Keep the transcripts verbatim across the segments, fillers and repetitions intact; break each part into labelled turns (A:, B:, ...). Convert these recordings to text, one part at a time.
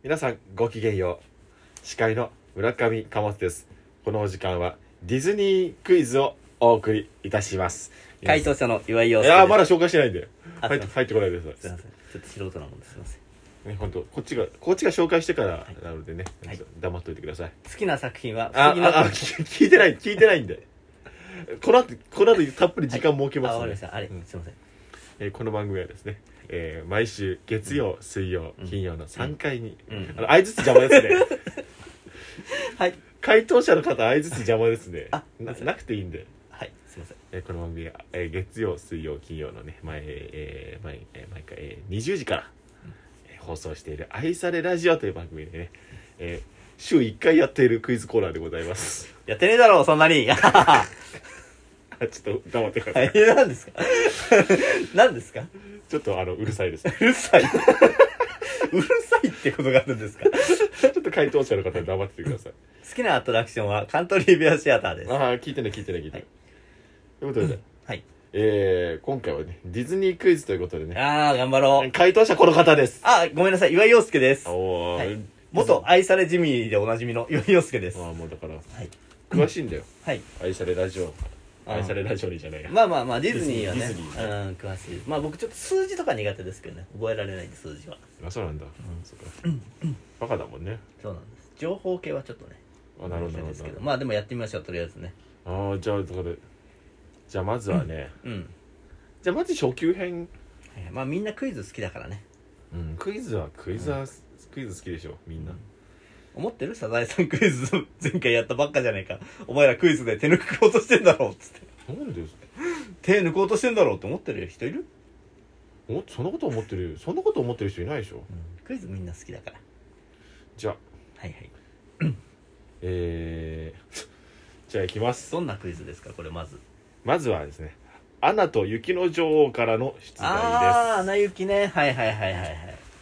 A: 皆さんごきげんよう。司会の村上貨物です。このお時間はディズニークイズをお送りいたします。
B: 回答者の岩井陽
A: い
B: 介です。
A: やーまだ紹介してないんで入って入ってこないです。
B: すいません、ちょっと素人なもんですいません
A: ね、本当こっちがこっちが紹介してからなのでね、
B: はい、
A: 黙っといてください。
B: 好きな作品は
A: あああ聞いてない聞いてないんでこの後この後たっぷり時間設けます、ね。
B: はい、あ、わかりました。あれ、
A: うん、
B: すいません。
A: えー、この番組はですね、えー、毎週月曜、うん、水曜、金曜のさんかいに、うん、あの相づち邪魔ですね
B: はい、
A: 回答者の方相づち邪魔ですね。
B: あ
A: な, なくていいんで。
B: はい、すいません。
A: えー、この番組は、えー、月曜、水曜、金曜のね毎、えー、毎, 毎回、えー、にじゅうじから、うんえー、放送している愛されラジオという番組でね、えー、週いっかいやっているクイズコーナーでございます。
B: やってねえだろうそんなに
A: ちょっと黙ってください。
B: 何ですか何ですか。
A: ちょっとあのうるさいです。
B: うるさいうるさいってことがあるんですか。
A: ちょっと回答者の方は黙っててください。
B: 好きなアトラクションはカントリーベアシアターです。
A: ああ聞いてね聞いてね聞いてね、はい、ということで、うん、
B: はい、
A: えー、今回はねディズニークイズということでね。
B: ああ頑張ろう。
A: 回答者この方です。
B: あごめんなさい岩井陽介です。
A: おー、
B: はい、元愛されジミーでおなじみの岩井陽介です。
A: ああもうだから、はい、詳しいんだよ、
B: はい、
A: 愛されラジオ愛されラジオにじゃないや。
B: まあまあまあディズニーはね、
A: ディズニー、
B: うん詳しい。まあ僕ちょっと数字とか苦手ですけどね、覚えられないんで数字は。
A: あそうなんだ、うん、そうか、うん、バカだもんね。
B: そうなんです。情報系はちょっとね
A: あなるほど
B: ですけど、まあでもやってみましょうとりあえずね。
A: ああじゃあだからじゃあまずはね、うん、うん、じゃあまず初級編、
B: はい、まあみんなクイズ好きだからね。
A: うんクイズはクイズは、うん、クイズ好きでしょみんな、うん、
B: 思ってるサザエさんクイズ前回やったばっかじゃねえか。お前らクイズで手抜こうとしてんだろうっつって。
A: なんで
B: 手抜こうとしてんだろうって思ってる人いる？
A: おそんなこと思ってるそんなこと思ってる人いないでしょ、うん、
B: クイズみんな好きだから。
A: じゃあ
B: はいはい
A: えー、じゃあいきます。
B: どんなクイズですかこれ。まず
A: まずはですねアナと雪の女王からの出題です。
B: ああアナ雪ね。はいはいはいはいはい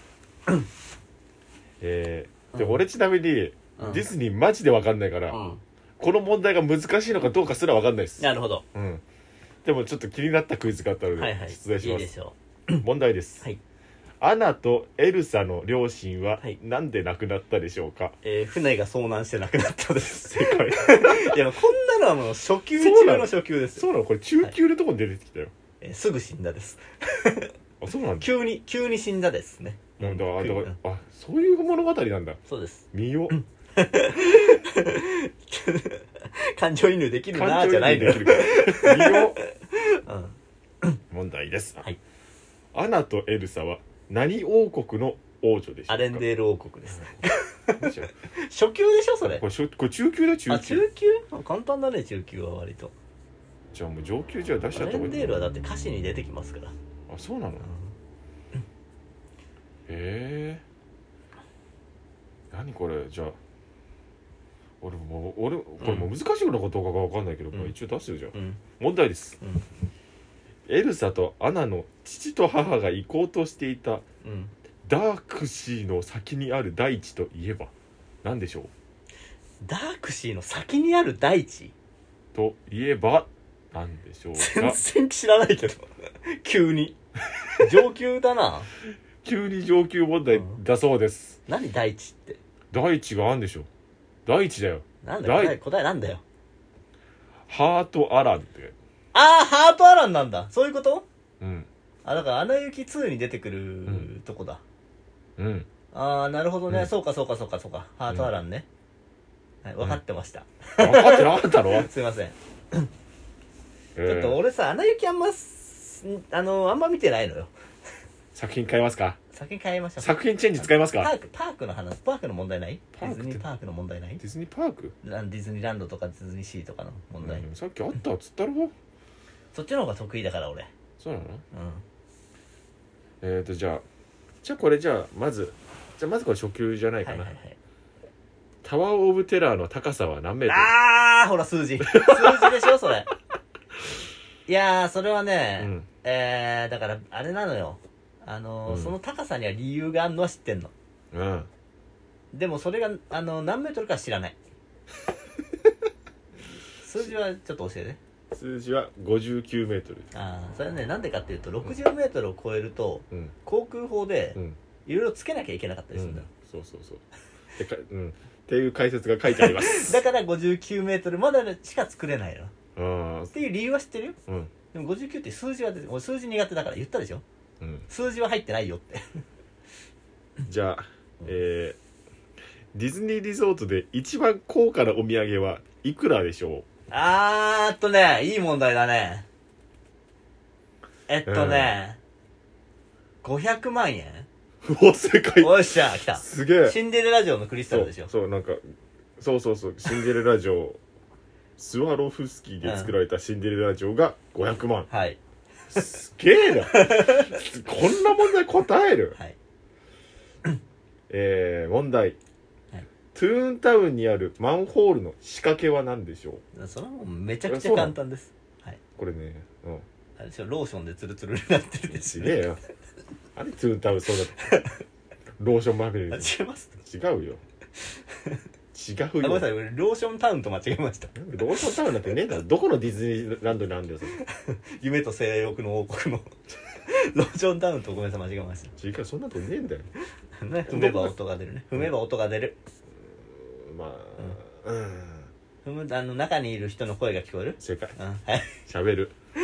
A: えー、で、うん、俺ちなみに、うん、ディズニーマジで分かんないから、うん、この問題が難しいのかどうかすら分かんないです。
B: なるほど、
A: うん、でもちょっと気になったクイズがあったので、はいはい、出題します。いいでしょう問題です、はい、アナとエルサの両親はなんで亡くなったでしょうか。はい、
B: えー、船が遭難して亡くなったです正解いやこんなのはもう初級中の初級ですよ。
A: そうなのこれ中級のところに出てきたよ、はい、
B: えー、すぐ死んだです
A: あそうなんだ。
B: 急に急に死んだですね。
A: なんだ、あ、だあそういう物語なんだ。
B: そうです。
A: 見よう
B: 感情移入できるなじゃないのよ見
A: よう、うん、問題です、はい、アナとエルサは何王国の王女でしょうか。
B: アレンデール王国です初級でしょそれ。
A: これ、これ中級だ中級。
B: あ中級簡単だね中級は割と。
A: じゃあもう上級じゃ出しちゃった方がいい。
B: アレンデールはだって歌詞に出てきますから。
A: あそうなの、うん、へえ何これ。じゃあ俺も俺これも難しいのかどうかが分かんないけど、うん、一応出してるじゃん、うん、問題です、うん、エルサとアナの父と母が行こうとしていた、うん、ダークシーの先にある大地といえば何でしょう。
B: ダークシーの先にある大地
A: といえば何でしょうか。
B: 全然知らないけど急に上級だな
A: 急に上級問題だそうです、
B: うん、何大地って。
A: 大地があるんでしょ。大地だよ。
B: なんだよ答え、答えなんだよ。
A: ハートアランって。
B: ああハートアランなんだ。そういうこと。
A: うん
B: あだからアナ雪ツーに出てくる、うん、とこだ。
A: うん
B: ああなるほどね、うん、そうかそうかそうかそうかハートアランね、うん、はい分かってました、
A: うん、分かってなかったろす
B: いませんちょっと俺さアナ雪あんまあのあんま見てないのよ
A: 作品変えますか。
B: 作品変えましょう。
A: 作品チェンジ使いますか。
B: パークパークの話パークの問題ない。ディズニーパークの問題ない。
A: ディズニーパーク
B: ディズニーランドとかディズニーシーとかの問題、
A: うん、さっきあったっつったろ
B: そっちの方が得意だから俺。
A: そうなの。
B: うん
A: えーとじゃあじゃあこれじゃあまずじゃあまずこれ初級じゃないかな、はいはいはい、タワーオブテラーの高さは何メートル。
B: あーほら数字数字でしょそれいやーそれはね、うん、えー、だからあれなのよあのーうん、その高さには理由があるのは知ってんの、うん、でもそれがあの何メートルか知らない数字はちょっと教えて。
A: 数字はごじゅうきゅうメートル。
B: ああそれはねなんでかっていうとろくじゅうメートルを超えると、うん、航空法でいろいろつけなきゃいけなかったりするんだよ、
A: そうそうそうでか、うん、っていう解説が書いてあります
B: だから ごじゅうきゅうメートルまでしか作れないの
A: あ
B: っていう理由は知ってるよ、
A: うん、
B: でもごじゅうきゅうって数字は出て、俺数字苦手だから言ったでしょ、
A: うん、
B: 数字は入ってないよって
A: じゃあ、えー、ディズニーリゾートで一番高価なお土産はいくらでしょう？
B: あーっとね、いい問題だね。えっとね、うん、ごひゃくまんえん。
A: お、正解。
B: おっしゃ、来た。
A: すげえ。
B: シンデレラ城のクリスタルでしょ。
A: そう、そうなんか、そうそうそう、シンデレラ城、スワロフスキーで作られたシンデレラ城がごひゃくまん。
B: はい。
A: すげえな。こんな問題答える。
B: はい。
A: えー、問題。トゥーンタウンにあるマンホールの仕掛けは何でしょ
B: う？それはもうめちゃくちゃ簡単です。はい。
A: これね、うん。
B: あれでしょ、ローションでツルツルになってるで
A: すげえよ。あれトゥーンタウンそうだった。ローションまみれで。
B: 違います。
A: 違うよ。違うよ。
B: あ、ごめんなさい、俺ローションタウンと間違えました。
A: ローションタウンなんてねえだろ。どこのディズニーランドにあるんだよ、それ。
B: 夢と性欲の王国のローションタウンとごめんなさい、間違えました。
A: 違う、そんなとねえんだよ。
B: ね、踏めば音が出るね。踏めば音が出る。
A: まあ、うん。
B: 踏む、あの、中にいる人の声が聞こえる？
A: 正解。
B: うん、はい。
A: 喋る。
B: うん、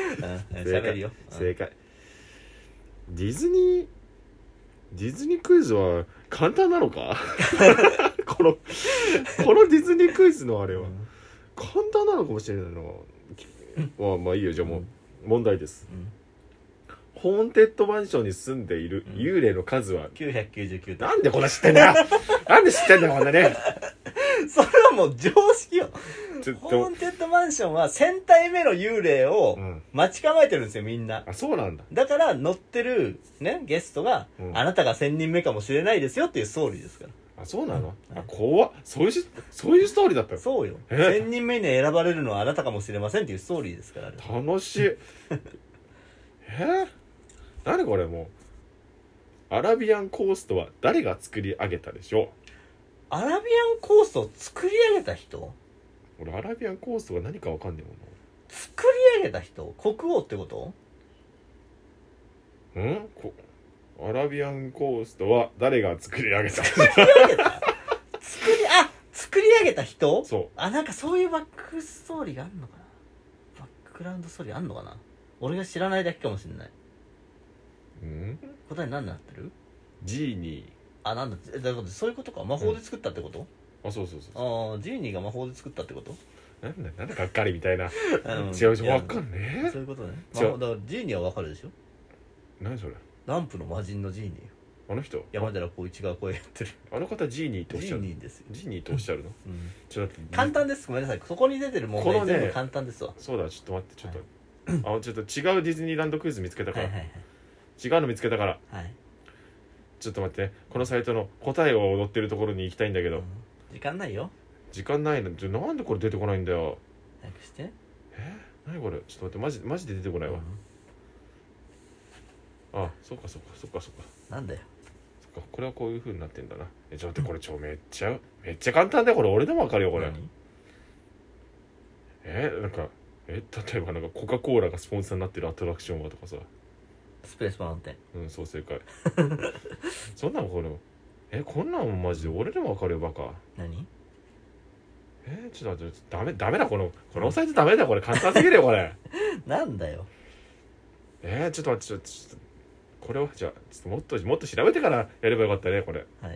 B: 喋るよ。
A: 正解。ディズニー、ディズニークイズは簡単なのかこの、このディズニークイズのあれは、簡単なのかもしれないの。まあまあいいよ、じゃあもう、問題です。うんホーンテッドマンションに住んでいる幽霊の数は、うん、
B: きゅうひゃくきゅうじゅうきゅうてん。
A: なんでこんな知ってんだよなんで知ってんだよこんなね
B: それはもう常識よ。ホーンテッドマンションはせん体目の幽霊を待ち構えてるんですよみんな。
A: あ、そうなんだ。
B: だから乗ってるねゲストが、うん、あなたがせんにんめかもしれないですよっていうストーリーですから。
A: あ、そうなの、うん、あ、怖っ。そういうそういうストーリーだったの。
B: そうよ。せんにんめに選ばれるのはあなたかもしれませんっていうストーリーですから。
A: 楽しいえー何これもうアラビアンコーストは誰が作り上げたでしょう？
B: アラビアンコーストを作り上げた人？
A: 俺アラビアンコーストが何か分かんねえもんな。
B: 作り上げた人？国王ってこと？
A: んこアラビアンコーストは誰が作り上げた？
B: 作り上げた作りあ作り上げた人？
A: そう。
B: あ、なんかそういうバックストーリーがあるのかな。バックグラウンドストーリーあんのかな。俺が知らないだけかもしれない。
A: うん、
B: 答え何になってる？
A: ジーニー。
B: あ、なんだえだからそういうことか。魔法で作ったってこと？
A: うん、あ、そうそうそうそう。
B: ああ、ジーニーが魔法で作ったってこと？
A: なんだなんだがっかりみたいな、うん、違う違う分かんねえ。
B: そういうことね。まあ、だからジーニーは分かるでしょ。
A: 何それ？
B: ランプの魔人のジーニー。
A: あの人
B: 山寺宏一が声やってる。
A: あの方ジーニーとおっしゃる。
B: ジーニーですよ。
A: ジーニーとおっしゃるの、うん、ちょっと
B: 簡単です。ごめんなさい。そこに出てる問題全部簡単ですわ。
A: そうだ、ちょっと待ってちょっと、はい、あ、ちょっと違うディズニーランドクイズ見つけたから、はいはいはい、違うの見つけたから、はい、ちょっと待って、このサイトの答えを踊ってるところに行きたいんだけど、うん、
B: 時間ないよ。
A: 時間ないの。なんでこれ出てこないんだよ。
B: 早くして。
A: えー、何これ。ちょっと待って、マジマジで出てこないわ、うん、あ、そっかそっかそっかそっか。
B: なんだよ。
A: そっか、これはこういう風になってんだな。え、ちょっと待って、これちょめっちゃめっちゃ簡単だよこれ。俺でもわかるよこれ。えー、なんかえ例えばなんかコカ・コーラがスポンサーになってるアトラクションはとかさ。
B: スペースマウンテ
A: ン。うん、そう正解そんなのこれえこんなんマジで俺でもわかるよバカ。
B: 何？
A: えー、ちょっと待ってダメダメだこのこのサイトダメだよこれ。簡単すぎるよこれ
B: なんだよ。
A: えー、ちょっと待ってちょっとこれはじゃあちょっともっともっと調べてからやればよかったねこれ。
B: はい。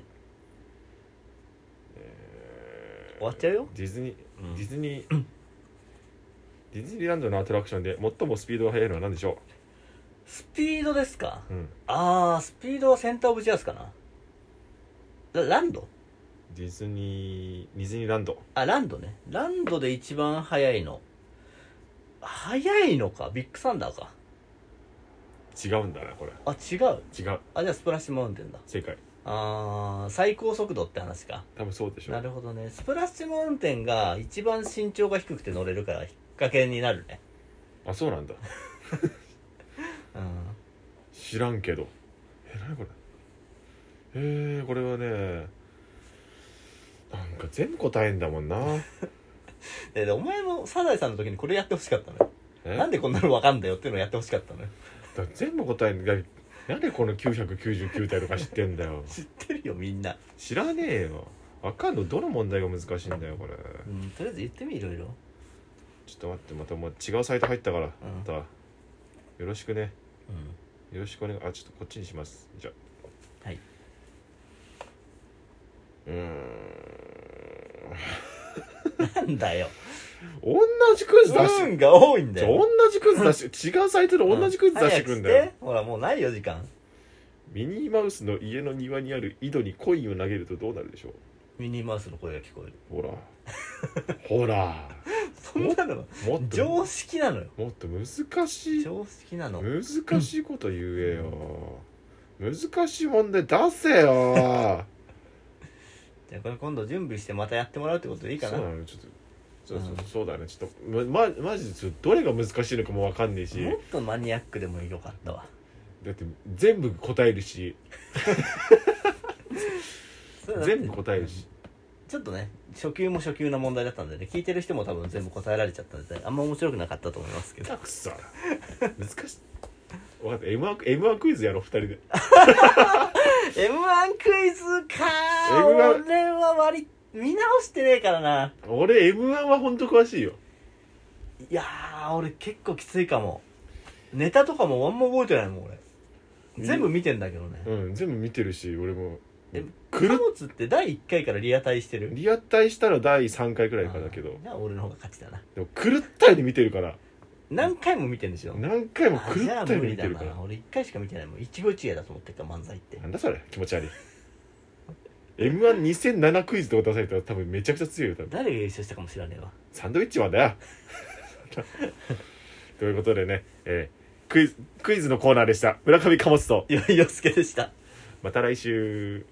A: えー、
B: 終わっちゃうよ。
A: ディズニー、うん、ディズニー、うん、ディズニーランドのアトラクションで最もスピードが速いのは何でしょう？
B: スピードですか？
A: うん、
B: あースピードはセンターオブジャースかな。ラ, ランド
A: ディズニーディズニーランド。
B: あ、ランドね。ランドで一番速いの速いのかビッグサンダーか。
A: 違うんだなこれ。
B: あ、違う
A: 違う。
B: あ、じゃあスプラッシュマウンテンだ。
A: 正解。
B: あー最高速度って話か。
A: 多分そうでしょう。
B: なるほどね。スプラッシュマウンテンが一番身長が低くて乗れるから引っ掛けになるね。
A: あ、そうなんだ
B: うん、
A: 知らんけど。え、何これ。えー、これはねなんか全部答えんだもんな
B: でお前もサザエさんの時にこれやってほしかったのよ。なんでこんなの分かんだよっていうのをやってほしかったのよ。
A: だから全部答えんがなんでこのきゅうひゃくきゅうじゅうきゅう体とか知ってんだよ。
B: 知ってるよみんな。
A: 知らねえよ。わかんのどの問題が難しいんだよこれ。
B: うんとりあえず言ってみいろいろ。
A: ちょっと待ってまたもう違うサイト入ったから、
B: うん、
A: またよろしくね、
B: うん、
A: よろしくお願い。あちょっとこっちにしますじゃ
B: あ。はい。
A: うーん
B: なんだよ。
A: 同じクイズ出し、
B: 運が多いんだよ。
A: 同じクイズ出し違うサイトで同じクイズ出してくんだよ、
B: うん、ほらもうないよ時間。
A: ミニーマウスの家の庭にある井戸にコインを投げるとどうなるでしょう。
B: ミニーマウスの声が聞こえる。
A: ほらほら
B: そんなのもっと常識なのよ。
A: もっと難しい
B: 常識なの。
A: 難しいこと言えよ、うん、難しい問題出せよ
B: じゃあこれ今度準備してまたやってもらうってことでいいかな。
A: そうなのちょっとそうそう、うん、そうだねちょっとまマジでちょっとどれが難しいのかも分かんねえし、
B: もっとマニアックでもよかったわ。
A: だって全部答えるし全部答えるし、
B: ちょっとね初級も初級な問題だったんでね、聞いてる人も多分全部答えられちゃったんであんま面白くなかったと思いますけど。
A: くそ難しい分かった エムワン, エムワンクイズやろうふたりで
B: エムワン クイズかー。 エムワン 俺は割見直してねえからな。
A: 俺 エムワン は本当詳しいよ。
B: いやー俺結構きついかも。ネタとかもあんま覚えてないもん俺。全部見てんだけどね。
A: うん全部見てるし俺も。
B: え貨物ってだいいっかいからリアタイしてる？
A: リアタイしたらだいさんかいくらいかだけど。
B: じゃあ俺の方が勝ちだな。
A: でも狂ったように見てるから。
B: 何回も見てんでしょ。
A: 何回も狂ったように見てるから。
B: 俺いっかいしか見てないもん。一期一会だと思ってるから漫才って。
A: なんだそれ気持ち悪いエムワンにせんなな クイズとか出されたら多分めちゃくちゃ強いよ多分。
B: 誰が優勝したかもしれねえわ。
A: サンドウィッチマンだよということでね、えー、クイズクイズのコーナーでした。村上貨物と
B: よよすけでした。
A: また来週。